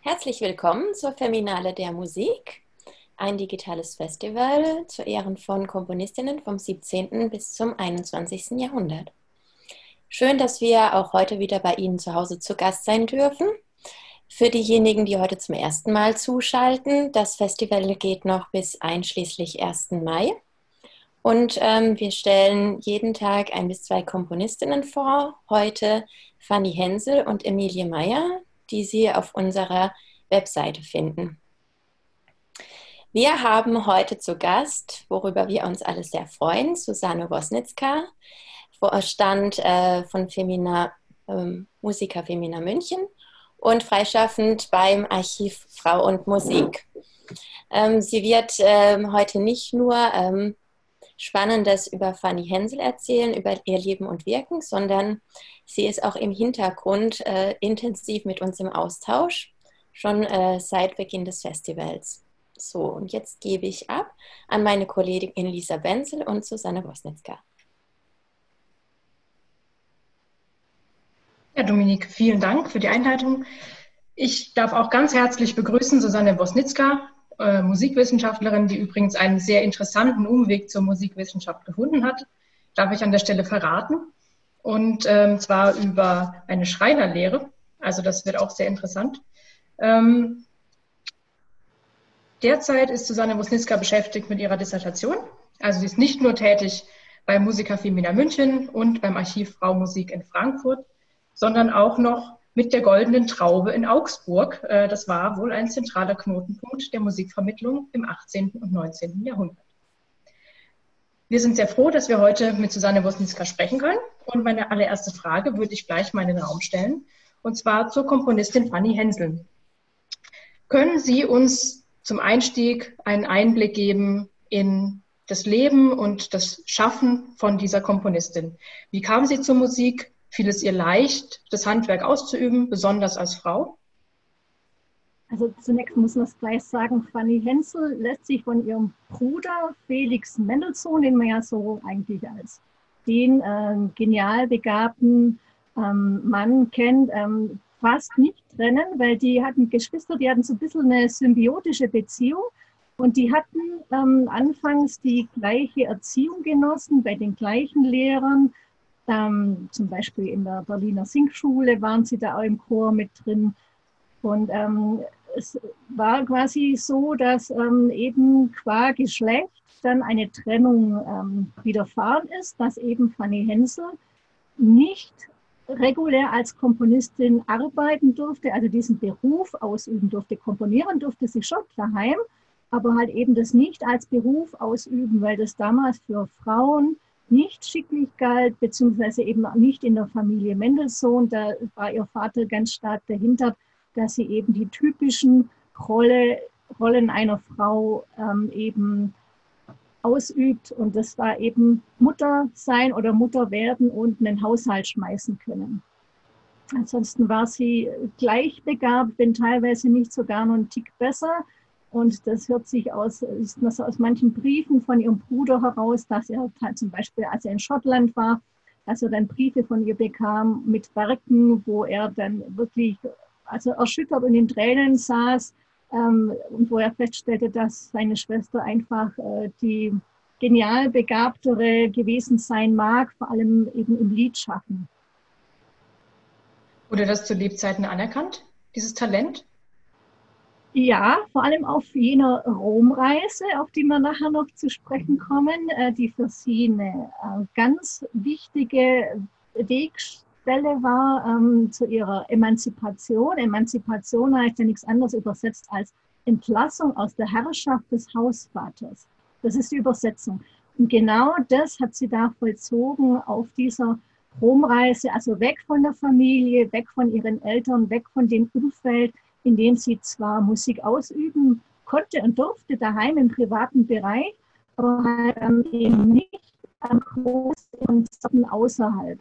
Herzlich willkommen zur Feminale der Musik, ein digitales Festival zu Ehren von Komponistinnen vom 17. bis zum 21. Jahrhundert. Schön, dass wir auch heute wieder bei Ihnen zu Hause zu Gast sein dürfen. Für diejenigen, die heute zum ersten Mal zuschalten, das Festival geht noch bis einschließlich 1. Mai. Und wir stellen jeden Tag 1 bis 2 Komponistinnen vor. Heute Fanny Hensel und Emilie Meyer, die Sie auf unserer Webseite finden. Wir haben heute zu Gast, worüber wir uns alle sehr freuen, Susanne Wosnitzka, Vorstand von Musica Femina München und freischaffend beim Archiv Frau und Musik. Sie wird heute nicht nur Spannendes über Fanny Hensel erzählen, über ihr Leben und Wirken, sondern sie ist auch im Hintergrund intensiv mit uns im Austausch, schon seit Beginn des Festivals. So, und jetzt gebe ich ab an meine Kollegin Lisa Benzel und Susanne Wosnitzka. Ja, Dominique, vielen Dank für die Einleitung. Ich darf auch ganz herzlich begrüßen Susanne Wosnitzka, Musikwissenschaftlerin, die übrigens einen sehr interessanten Umweg zur Musikwissenschaft gefunden hat, darf ich an der Stelle verraten. Und zwar über eine Schreinerlehre, also das wird auch sehr interessant. Derzeit ist Susanne Wosnitzka beschäftigt mit ihrer Dissertation. Also sie ist nicht nur tätig bei Musica Femina München und beim Archiv Frau Musik in Frankfurt, sondern auch noch mit der Goldenen Traube in Augsburg. Das war wohl ein zentraler Knotenpunkt der Musikvermittlung im 18. und 19. Jahrhundert. Wir sind sehr froh, dass wir heute mit Susanne Wosnitzka sprechen können. Und meine allererste Frage würde ich gleich mal in den Raum stellen, und zwar zur Komponistin Fanny Hensel. Können Sie uns zum Einstieg einen Einblick geben in das Leben und das Schaffen von dieser Komponistin? Wie kam sie zur Musik? Fiel es ihr leicht, das Handwerk auszuüben, besonders als Frau? Also zunächst muss man es gleich sagen, Fanny Hensel lässt sich von ihrem Bruder Felix Mendelssohn, den man ja so eigentlich als den genial begabten Mann kennt, fast nicht trennen, weil die hatten Geschwister, die hatten so ein bisschen eine symbiotische Beziehung und die hatten anfangs die gleiche Erziehung genossen, bei den gleichen Lehrern. Zum Beispiel in der Berliner Singschule waren sie da auch im Chor mit drin. Und es war quasi so, dass eben qua Geschlecht dann eine Trennung widerfahren ist, dass eben Fanny Hensel nicht regulär als Komponistin arbeiten durfte, also diesen Beruf ausüben durfte. Komponieren durfte sie schon daheim, aber halt eben das nicht als Beruf ausüben, weil das damals für Frauen nicht schicklich galt, beziehungsweise eben nicht in der Familie Mendelssohn. Da war ihr Vater ganz stark dahinter, dass sie eben die typischen Rollen einer Frau eben ausübt. Und das war eben Mutter sein oder Mutter werden und einen Haushalt schmeißen können. Ansonsten war sie gleich begabt, wenn teilweise nicht sogar noch einen Tick besser. Und das ist aus manchen Briefen von ihrem Bruder heraus, dass er halt zum Beispiel, als er in Schottland war, dass er dann Briefe von ihr bekam mit Werken, wo er dann wirklich erschüttert und in Tränen saß und wo er feststellte, dass seine Schwester einfach die genial begabtere gewesen sein mag, vor allem eben im Liedschaffen. Wurde das zu Lebzeiten anerkannt, dieses Talent? Ja, vor allem auf jener Romreise, auf die wir nachher noch zu sprechen kommen, die für sie eine ganz wichtige Wegstelle war zu ihrer Emanzipation. Emanzipation heißt ja nichts anderes übersetzt als Entlassung aus der Herrschaft des Hausvaters. Das ist die Übersetzung. Und genau das hat sie da vollzogen auf dieser Romreise, also weg von der Familie, weg von ihren Eltern, weg von dem Umfeld, in dem sie zwar Musik ausüben konnte und durfte, daheim im privaten Bereich, aber halt eben nicht am großen Konzerten außerhalb.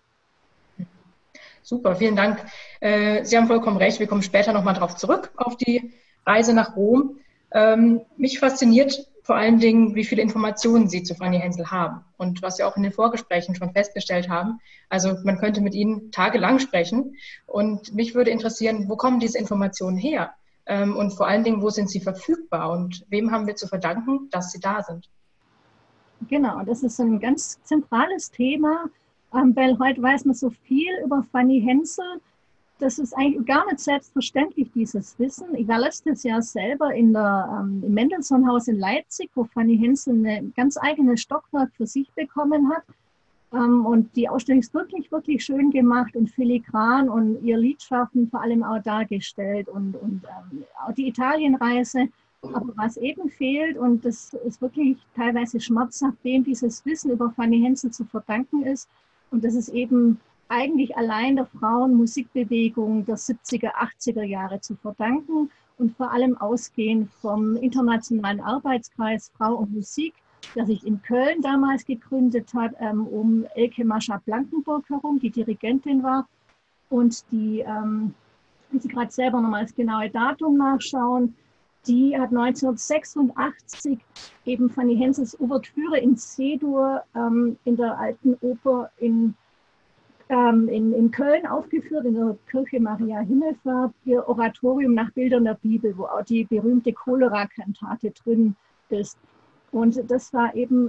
Super, vielen Dank. Sie haben vollkommen recht, wir kommen später nochmal drauf zurück, auf die Reise nach Rom. Mich fasziniert vor allen Dingen, wie viele Informationen Sie zu Fanny Hensel haben und was wir auch in den Vorgesprächen schon festgestellt haben. Also man könnte mit Ihnen tagelang sprechen und mich würde interessieren, wo kommen diese Informationen her? Und vor allen Dingen, wo sind sie verfügbar und wem haben wir zu verdanken, dass sie da sind? Genau, das ist ein ganz zentrales Thema, weil heute weiß man so viel über Fanny Hensel. Das ist eigentlich gar nicht selbstverständlich, dieses Wissen. Ich war letztes Jahr selber im Mendelssohn-Haus in Leipzig, wo Fanny Hensel ein ganz eigenes Stockwerk für sich bekommen hat. Und die Ausstellung ist wirklich, wirklich schön gemacht und filigran und ihr Liedschaffen vor allem auch dargestellt und auch die Italienreise. Aber was eben fehlt, und das ist wirklich teilweise schmerzhaft, wem dieses Wissen über Fanny Hensel zu verdanken ist, und das ist eben eigentlich allein der Frauenmusikbewegung der 70er, 80er Jahre zu verdanken und vor allem ausgehend vom Internationalen Arbeitskreis Frau und Musik, der sich in Köln damals gegründet hat, um Elke Mascha-Blankenburg herum, die Dirigentin war. Und die, wenn Sie gerade selber nochmal das genaue Datum nachschauen, die hat 1986 eben Fanny Hensels Ouvertüre in C-Dur in der Alten Oper in Köln aufgeführt, in der Kirche Maria Himmelfahrt, ihr Oratorium nach Bildern der Bibel, wo auch die berühmte Cholera-Kantate drin ist. Und das war eben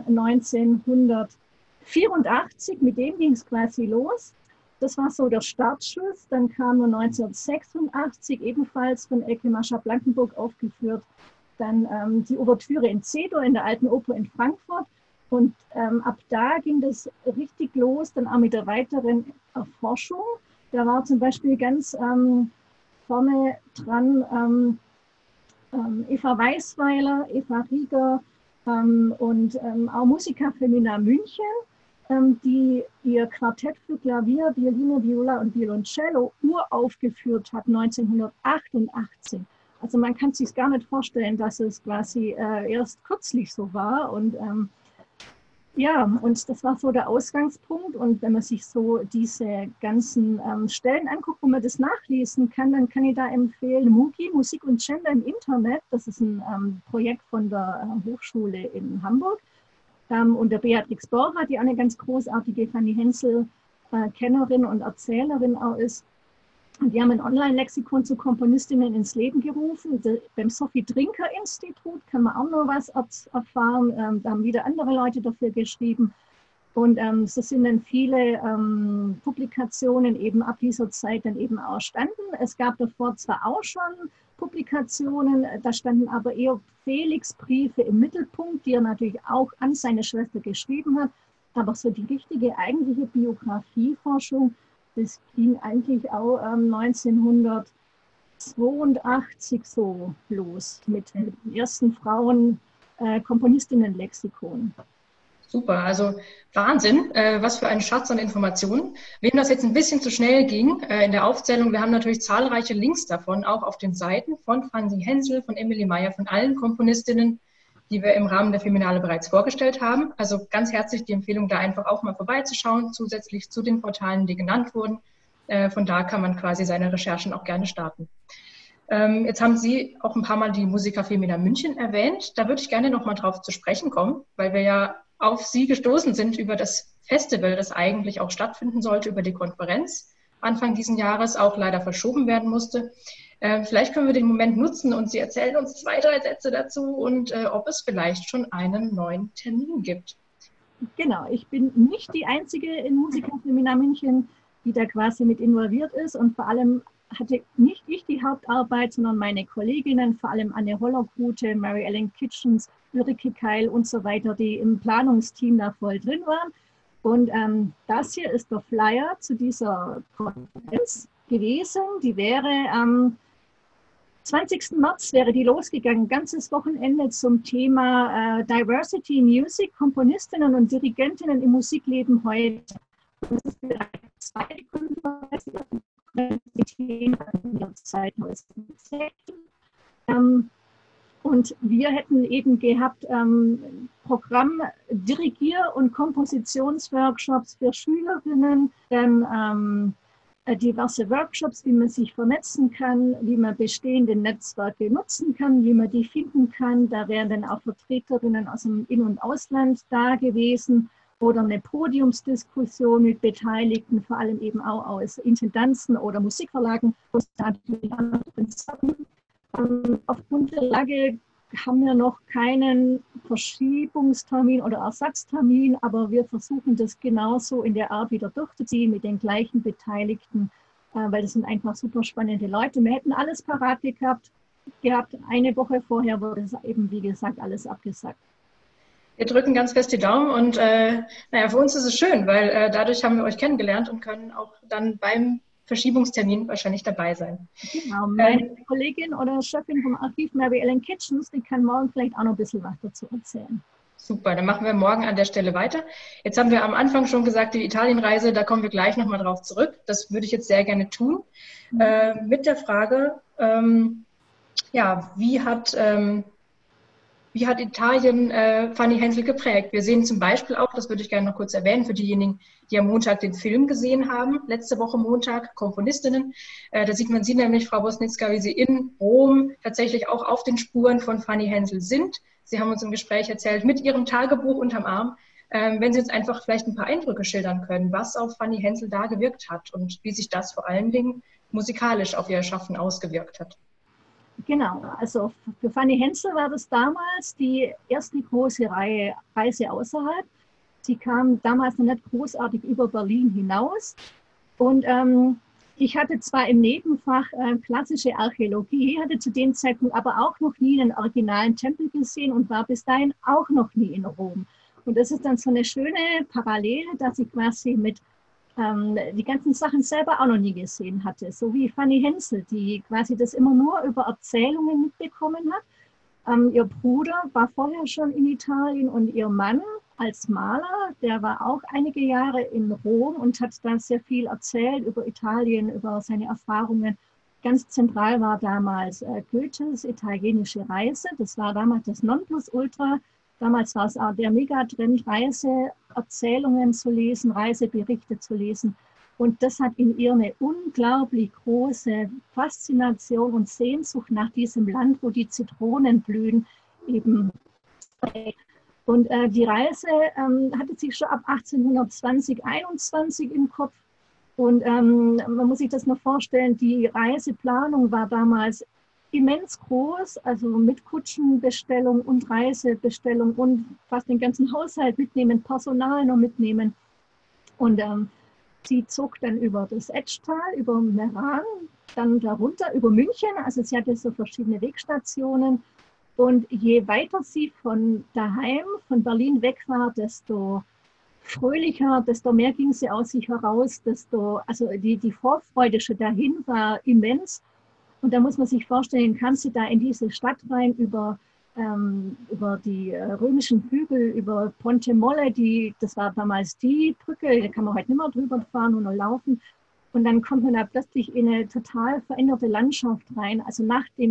1984, mit dem ging es quasi los. Das war so der Startschuss. Dann kam 1986 ebenfalls von Elke Mascha-Blankenburg aufgeführt, dann die Ouvertüre in C-Dur in der Alten Oper in Frankfurt. Und ab da ging das richtig los, dann auch mit der weiteren Erforschung. Da war zum Beispiel ganz vorne dran Eva Weisweiler, Eva Rieger und auch Musica Femina München, die ihr Quartett für Klavier, Violine, Viola und Violoncello uraufgeführt hat 1988. Also man kann es sich gar nicht vorstellen, dass es quasi erst kürzlich so war. Und ja, und das war so der Ausgangspunkt. Und wenn man sich so diese ganzen Stellen anguckt, wo man das nachlesen kann, dann kann ich da empfehlen MUGI, Musik und Gender im Internet. Das ist ein Projekt von der Hochschule in Hamburg. Und der Beatrix Borger, die auch eine ganz großartige Fanny Hensel-Kennerin und Erzählerin auch ist. Und die haben ein Online-Lexikon zu Komponistinnen ins Leben gerufen. Beim Sophie-Drinker-Institut kann man auch noch was erfahren. Da haben wieder andere Leute dafür geschrieben. Und so sind dann viele Publikationen eben ab dieser Zeit dann eben auch standen. Es gab davor zwar auch schon Publikationen, da standen aber eher Felix-Briefe im Mittelpunkt, die er natürlich auch an seine Schwester geschrieben hat. Aber so die richtige eigentliche Biografieforschung, das ging eigentlich auch 1982 so los mit dem ersten Frauen-Komponistinnen-Lexikon. Super, also Wahnsinn, was für ein Schatz an Informationen. Wem das jetzt ein bisschen zu schnell ging in der Aufzählung, wir haben natürlich zahlreiche Links davon, auch auf den Seiten von Fanny Hensel, von Emilie Meyer, von allen Komponistinnen, die wir im Rahmen der Feminale bereits vorgestellt haben. Also ganz herzlich die Empfehlung, da einfach auch mal vorbeizuschauen, zusätzlich zu den Portalen, die genannt wurden. Von da kann man quasi seine Recherchen auch gerne starten. Jetzt haben Sie auch ein paar Mal die Musica Femina München erwähnt. Da würde ich gerne noch mal drauf zu sprechen kommen, weil wir ja auf Sie gestoßen sind über das Festival, das eigentlich auch stattfinden sollte, über die Konferenz Anfang diesen Jahres, auch leider verschoben werden musste. Vielleicht können wir den Moment nutzen und Sie erzählen uns 2, 3 Sätze dazu und ob es vielleicht schon einen neuen Termin gibt. Genau, ich bin nicht die Einzige in Musica Femina München, die da quasi mit involviert ist, und vor allem hatte nicht ich die Hauptarbeit, sondern meine Kolleginnen, vor allem Anne Hollerkrute, Mary Ellen Kitchens, Ulrike Keil und so weiter, die im Planungsteam da voll drin waren. Und das hier ist der Flyer zu dieser Konferenz gewesen. Die wäre am 20. März wäre die losgegangen, ganzes Wochenende zum Thema Diversity in Music, Komponistinnen und Dirigentinnen im Musikleben heute. Das ist die zweite Konferenz, die Themen im Jahr 2016. Und wir hätten eben gehabt Programm Dirigier- und Kompositionsworkshops für Schülerinnen, dann diverse Workshops, wie man sich vernetzen kann, wie man bestehende Netzwerke nutzen kann, wie man die finden kann. Da wären dann auch Vertreterinnen aus dem In- und Ausland da gewesen oder eine Podiumsdiskussion mit Beteiligten, vor allem eben auch aus Intendanzen oder Musikverlagen. Aufgrund der Lage haben wir noch keinen Verschiebungstermin oder Ersatztermin, aber wir versuchen das genauso in der Art wieder durchzuziehen mit den gleichen Beteiligten, weil das sind einfach super spannende Leute. Wir hätten alles parat gehabt. Eine Woche vorher wurde es eben, wie gesagt, alles abgesagt. Wir drücken ganz fest die Daumen und naja, für uns ist es schön, weil dadurch haben wir euch kennengelernt und können auch dann beim Verschiebungstermin wahrscheinlich dabei sein. Genau, meine Kollegin oder Chefin vom Archiv, Mary Ellen Kitchens, die kann morgen vielleicht auch noch ein bisschen was dazu erzählen. Super, dann machen wir morgen an der Stelle weiter. Jetzt haben wir am Anfang schon gesagt, die Italienreise, da kommen wir gleich nochmal drauf zurück. Das würde ich jetzt sehr gerne tun. Mit der Frage, ja, wie hat Italien Fanny Hensel geprägt? Wir sehen zum Beispiel auch, das würde ich gerne noch kurz erwähnen, für diejenigen, die am Montag den Film gesehen haben, letzte Woche Montag, Komponistinnen. Da sieht man sie nämlich, Frau Wosnicka, wie sie in Rom tatsächlich auch auf den Spuren von Fanny Hensel sind. Sie haben uns im Gespräch erzählt, mit ihrem Tagebuch unterm Arm. Wenn Sie uns einfach vielleicht ein paar Eindrücke schildern können, was auf Fanny Hensel da gewirkt hat und wie sich das vor allen Dingen musikalisch auf ihr Schaffen ausgewirkt hat. Genau, also für Fanny Hensel war das damals die erste große Reise außerhalb. Sie kam damals noch nicht großartig über Berlin hinaus. Und ich hatte zwar im Nebenfach klassische Archäologie, hatte zu dem Zeitpunkt aber auch noch nie einen originalen Tempel gesehen und war bis dahin auch noch nie in Rom. Und das ist dann so eine schöne Parallele, dass ich quasi mit die ganzen Sachen selber auch noch nie gesehen hatte. So wie Fanny Hensel, die quasi das immer nur über Erzählungen mitbekommen hat. Ihr Bruder war vorher schon in Italien und ihr Mann als Maler, der war auch einige Jahre in Rom und hat da sehr viel erzählt über Italien, über seine Erfahrungen. Ganz zentral war damals Goethes italienische Reise. Das war damals das Nonplusultra. Damals war es auch der Megatrend, Reiseerzählungen zu lesen, Reiseberichte zu lesen. Und das hat in ihr eine unglaublich große Faszination und Sehnsucht nach diesem Land, wo die Zitronen blühen, eben. Und die Reise hatte sie schon ab 1820, 21 im Kopf. Und man muss sich das noch vorstellen, die Reiseplanung war damals immens groß, also mit Kutschenbestellung und Reisebestellung und fast den ganzen Haushalt mitnehmen, Personal noch mitnehmen. Und sie zog dann über das Etschtal, über Meran, dann darunter über München, also sie hatte so verschiedene Wegstationen. Und je weiter sie von daheim, von Berlin weg war, desto fröhlicher, desto mehr ging sie aus sich heraus, also die Vorfreude schon dahin war immens. Und da muss man sich vorstellen, kam sie da in diese Stadt rein über die römischen Hügel, über Ponte Molle, das war damals die Brücke, da kann man heute nicht mehr drüber fahren, nur noch laufen. Und dann kommt man da plötzlich in eine total veränderte Landschaft rein. Also nachdem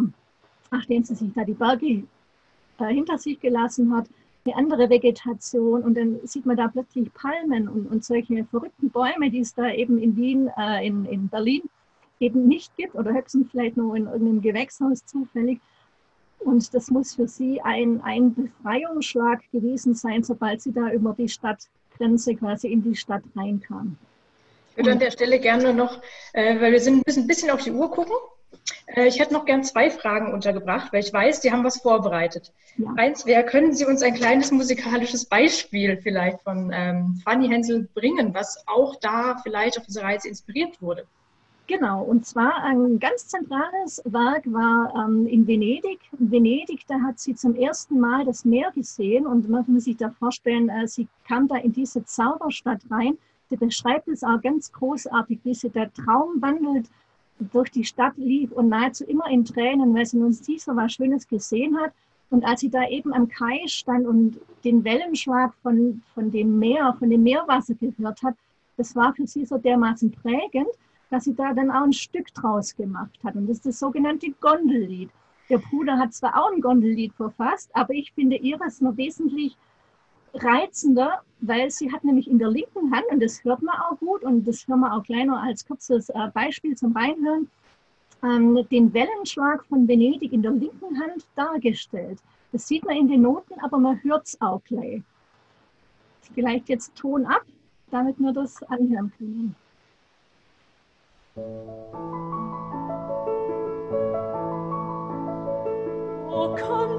sie sich da die Berge hinter sich gelassen hat, eine andere Vegetation und dann sieht man da plötzlich Palmen und solche verrückten Bäume, die es da eben in Wien, in Berlin eben nicht gibt oder höchstens vielleicht nur in irgendeinem Gewächshaus zufällig. Und das muss für sie ein Befreiungsschlag gewesen sein, sobald sie da über die Stadtgrenze quasi in die Stadt reinkam. Ich würde an der Stelle gerne noch, weil wir sind ein bisschen auf die Uhr gucken, ich hätte noch gern 2 Fragen untergebracht, weil ich weiß, Sie haben was vorbereitet. Ja. Eins wäre, können Sie uns ein kleines musikalisches Beispiel vielleicht von Fanny Hensel bringen, was auch da vielleicht auf dieser Reise inspiriert wurde? Genau, und zwar ein ganz zentrales Werk war in Venedig. In Venedig, da hat sie zum ersten Mal das Meer gesehen und man muss sich da vorstellen, sie kam da in diese Zauberstadt rein. Sie beschreibt es auch ganz großartig, wie sie da traumwandelt durch die Stadt lief und nahezu immer in Tränen, weil sie nun so was Schönes gesehen hat. Und als sie da eben am Kai stand und den Wellenschlag von dem Meer, von dem Meerwasser gehört hat, das war für sie so dermaßen prägend, dass sie da dann auch ein Stück draus gemacht hat. Und das ist das sogenannte Gondellied. Ihr Bruder hat zwar auch ein Gondellied verfasst, aber ich finde ihres noch wesentlich reizender, weil sie hat nämlich in der linken Hand, und das hört man auch gut, und das hören wir auch gleich noch als kurzes Beispiel zum Reinhören, den Wellenschlag von Venedig in der linken Hand dargestellt. Das sieht man in den Noten, aber man hört es auch gleich. Vielleicht jetzt Ton ab, damit wir das anhören können.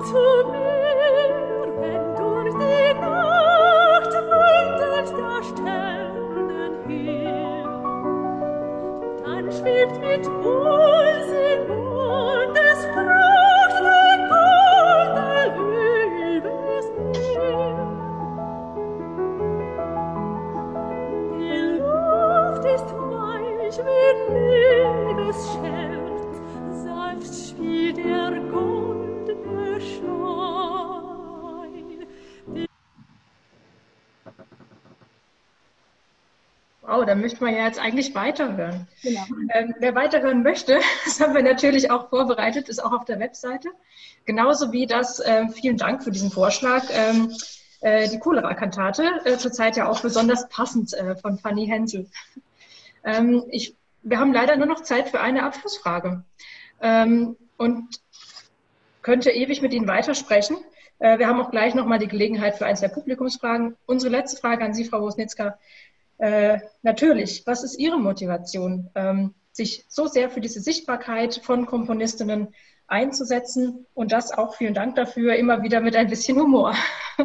Wow, da möchte man ja jetzt eigentlich weiterhören. Genau. Wer weiterhören möchte, das haben wir natürlich auch vorbereitet, ist auch auf der Webseite. Genauso wie das, vielen Dank für diesen Vorschlag, die Cholera-Kantate, zurzeit ja auch besonders passend von Fanny Hensel. Wir haben leider nur noch Zeit für eine Abschlussfrage und könnte ewig mit Ihnen weitersprechen. Wir haben auch gleich nochmal die Gelegenheit für eins der Publikumsfragen. Unsere letzte Frage an Sie, Frau Wosnicka. Natürlich, was ist Ihre Motivation, sich so sehr für diese Sichtbarkeit von Komponistinnen einzusetzen und das auch, vielen Dank dafür, immer wieder mit ein bisschen Humor.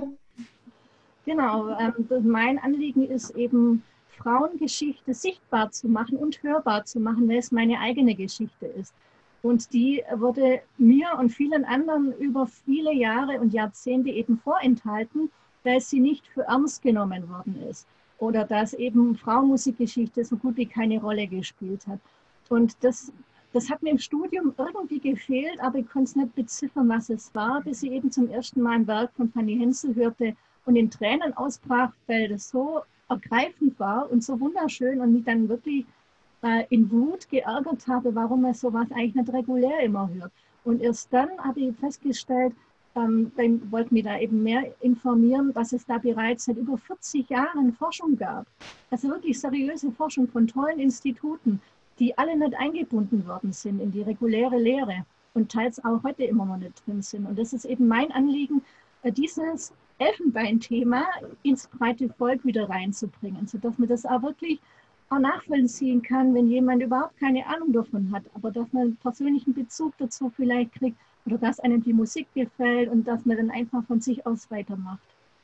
Genau, mein Anliegen ist eben, Frauengeschichte sichtbar zu machen und hörbar zu machen, weil es meine eigene Geschichte ist. Und die wurde mir und vielen anderen über viele Jahre und Jahrzehnte eben vorenthalten, weil sie nicht für ernst genommen worden ist. Oder dass eben Frauenmusikgeschichte so gut wie keine Rolle gespielt hat. Und das hat mir im Studium irgendwie gefehlt, aber ich konnte es nicht beziffern, was es war, bis ich eben zum ersten Mal ein Werk von Fanny Hensel hörte und in Tränen ausbrach, weil das so ergreifend war und so wunderschön und mich dann wirklich in Wut geärgert habe, warum man sowas eigentlich nicht regulär immer hört. Und erst dann habe ich festgestellt, wollte mich da eben mehr informieren, dass es da bereits seit über 40 Jahren Forschung gab. Also wirklich seriöse Forschung von tollen Instituten, die alle nicht eingebunden worden sind in die reguläre Lehre und teils auch heute immer noch nicht drin sind. Und das ist eben mein Anliegen, dieses Elfenbeinthema ins breite Volk wieder reinzubringen, sodass man das auch wirklich auch nachvollziehen kann, wenn jemand überhaupt keine Ahnung davon hat, aber dass man einen persönlichen Bezug dazu vielleicht kriegt oder dass einem die Musik gefällt und dass man dann einfach von sich aus weitermacht.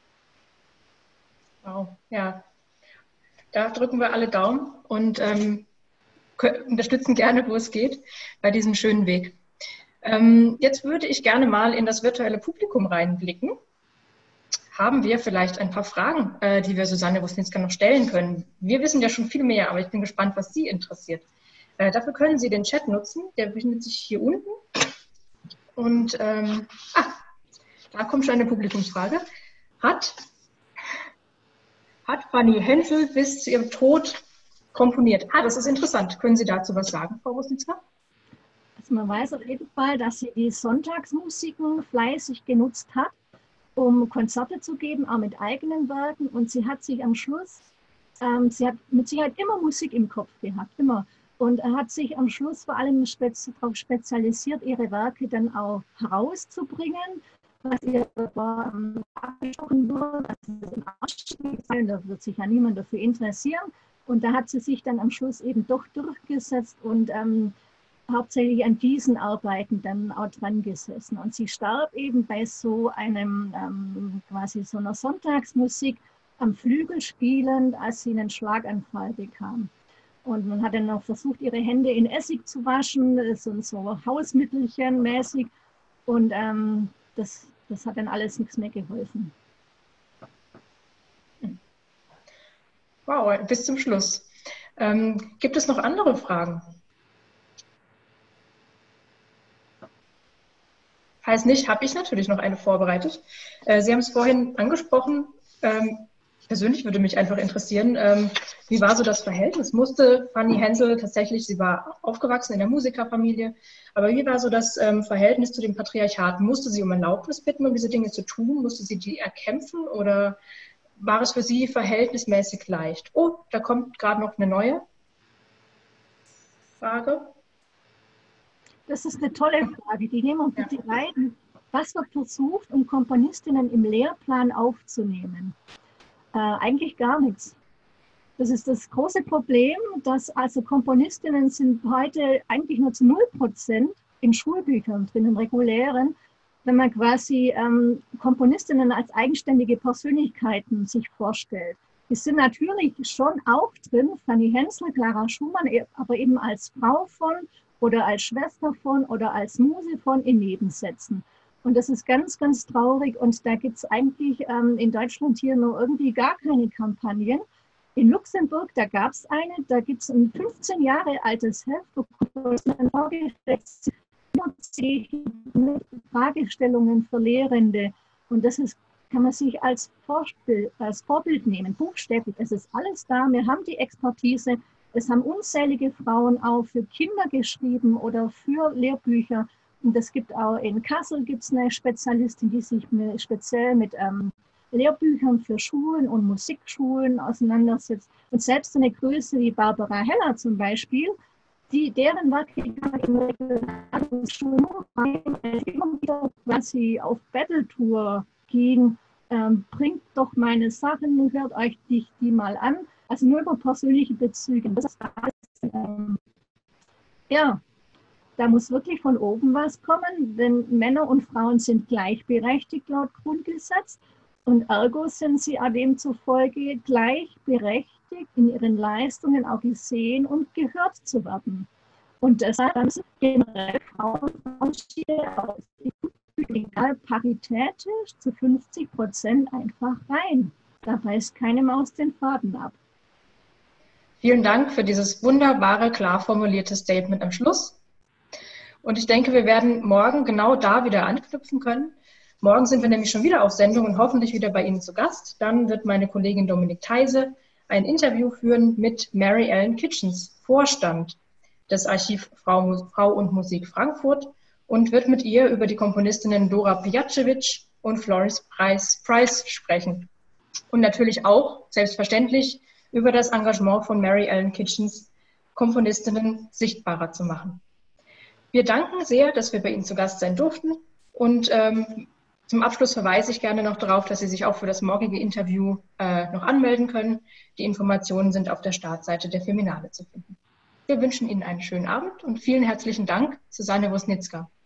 Wow, ja, da drücken wir alle Daumen und unterstützen gerne, wo es geht, bei diesem schönen Weg. Jetzt würde ich gerne mal in das virtuelle Publikum reinblicken. Haben wir vielleicht ein paar Fragen, die wir Susanne Wosnicka noch stellen können? Wir wissen ja schon viel mehr, aber ich bin gespannt, was Sie interessiert. Dafür können Sie den Chat nutzen, der befindet sich hier unten. Und da kommt schon eine Publikumsfrage. Hat Fanny Hensel bis zu ihrem Tod komponiert? Das ist interessant. Können Sie dazu was sagen, Frau Wosnicka? Also man weiß auf jeden Fall, dass sie die Sonntagsmusiken fleißig genutzt hat, um Konzerte zu geben, auch mit eigenen Werken. Und sie hat sich am Schluss, sie hat mit Sicherheit immer Musik im Kopf gehabt, immer. Und hat sich am Schluss vor allem darauf spezialisiert, ihre Werke dann auch herauszubringen, was ihr abgesprochen wurde, dass es im Arsch sein, da wird sich ja niemand dafür interessieren. Und da hat sie sich dann am Schluss eben doch durchgesetzt und hauptsächlich an diesen Arbeiten dann auch dran gesessen. Und sie starb eben bei so einem, quasi so einer Sonntagsmusik am Flügel spielend, als sie einen Schlaganfall bekam. Und man hat dann noch versucht, ihre Hände in Essig zu waschen, so Hausmittelchen mäßig. Und das hat dann alles nichts mehr geholfen. Wow, bis zum Schluss. Gibt es noch andere Fragen? Falls nicht, habe ich natürlich noch eine vorbereitet. Sie haben es vorhin angesprochen. Persönlich würde mich einfach interessieren, wie war so das Verhältnis? Musste Fanny Hensel tatsächlich, sie war aufgewachsen in der Musikerfamilie, aber wie war so das Verhältnis zu dem Patriarchat? Musste sie um Erlaubnis bitten, um diese Dinge zu tun? Musste sie die erkämpfen oder war es für sie verhältnismäßig leicht? Oh, da kommt gerade noch eine neue Frage. Das ist eine tolle Frage. Die nehmen wir bitte rein. Was wird versucht, um Komponistinnen im Lehrplan aufzunehmen? Eigentlich gar nichts. Das ist das große Problem, dass also Komponistinnen sind heute eigentlich nur zu 0% in Schulbüchern drin, in regulären. wenn man quasi Komponistinnen als eigenständige Persönlichkeiten sich vorstellt. Die sind natürlich schon auch drin, Fanny Hensel, Clara Schumann, aber eben als Frau von oder als Schwester von oder als Muse von in Nebensätzen. Und das ist ganz, ganz traurig. Und da gibt es eigentlich in Deutschland hier nur irgendwie gar keine Kampagnen. In Luxemburg, da gab es eine, da gibt es ein 15 Jahre altes Heft, wo mit Fragestellungen für Lehrende. Und das ist, kann man sich als Vorbild nehmen, buchstäblich. Es ist alles da, wir haben die Expertise. Es haben unzählige Frauen auch für Kinder geschrieben oder für Lehrbücher. Und es gibt auch in Kassel gibt's eine Spezialistin, die sich speziell mit Lehrbüchern für Schulen und Musikschulen auseinandersetzt. Und selbst eine Größe wie Barbara Heller zum Beispiel, deren Werke in regionalen Schulen immer wieder quasi auf Battle-Tour ging, bringt doch meine Sachen, hört euch die mal an. Also nur über persönliche Bezüge. Das ist ja, da muss wirklich von oben was kommen, denn Männer und Frauen sind gleichberechtigt laut Grundgesetz und ergo sind sie demzufolge gleichberechtigt in ihren Leistungen auch gesehen und gehört zu werden. Und deshalb haben sie generell Frauenunterschiede aus, egal paritätisch zu 50% einfach rein. Da beißt keine Maus den Faden ab. Vielen Dank für dieses wunderbare, klar formulierte Statement am Schluss. Und ich denke, wir werden morgen genau da wieder anknüpfen können. Morgen sind wir nämlich schon wieder auf Sendung und hoffentlich wieder bei Ihnen zu Gast. Dann wird meine Kollegin Dominique Theise ein Interview führen mit Mary Ellen Kitchens, Vorstand des Archiv Frau und Musik Frankfurt, und wird mit ihr über die Komponistinnen Dora Pejacevic und Florence Price sprechen. Und natürlich auch, selbstverständlich, über das Engagement von Mary Ellen Kitchens, Komponistinnen sichtbarer zu machen. Wir danken sehr, dass wir bei Ihnen zu Gast sein durften, und zum Abschluss verweise ich gerne noch darauf, dass Sie sich auch für das morgige Interview noch anmelden können. Die Informationen sind auf der Startseite der Feminale zu finden. Wir wünschen Ihnen einen schönen Abend und vielen herzlichen Dank, Susanne Wosnitzka.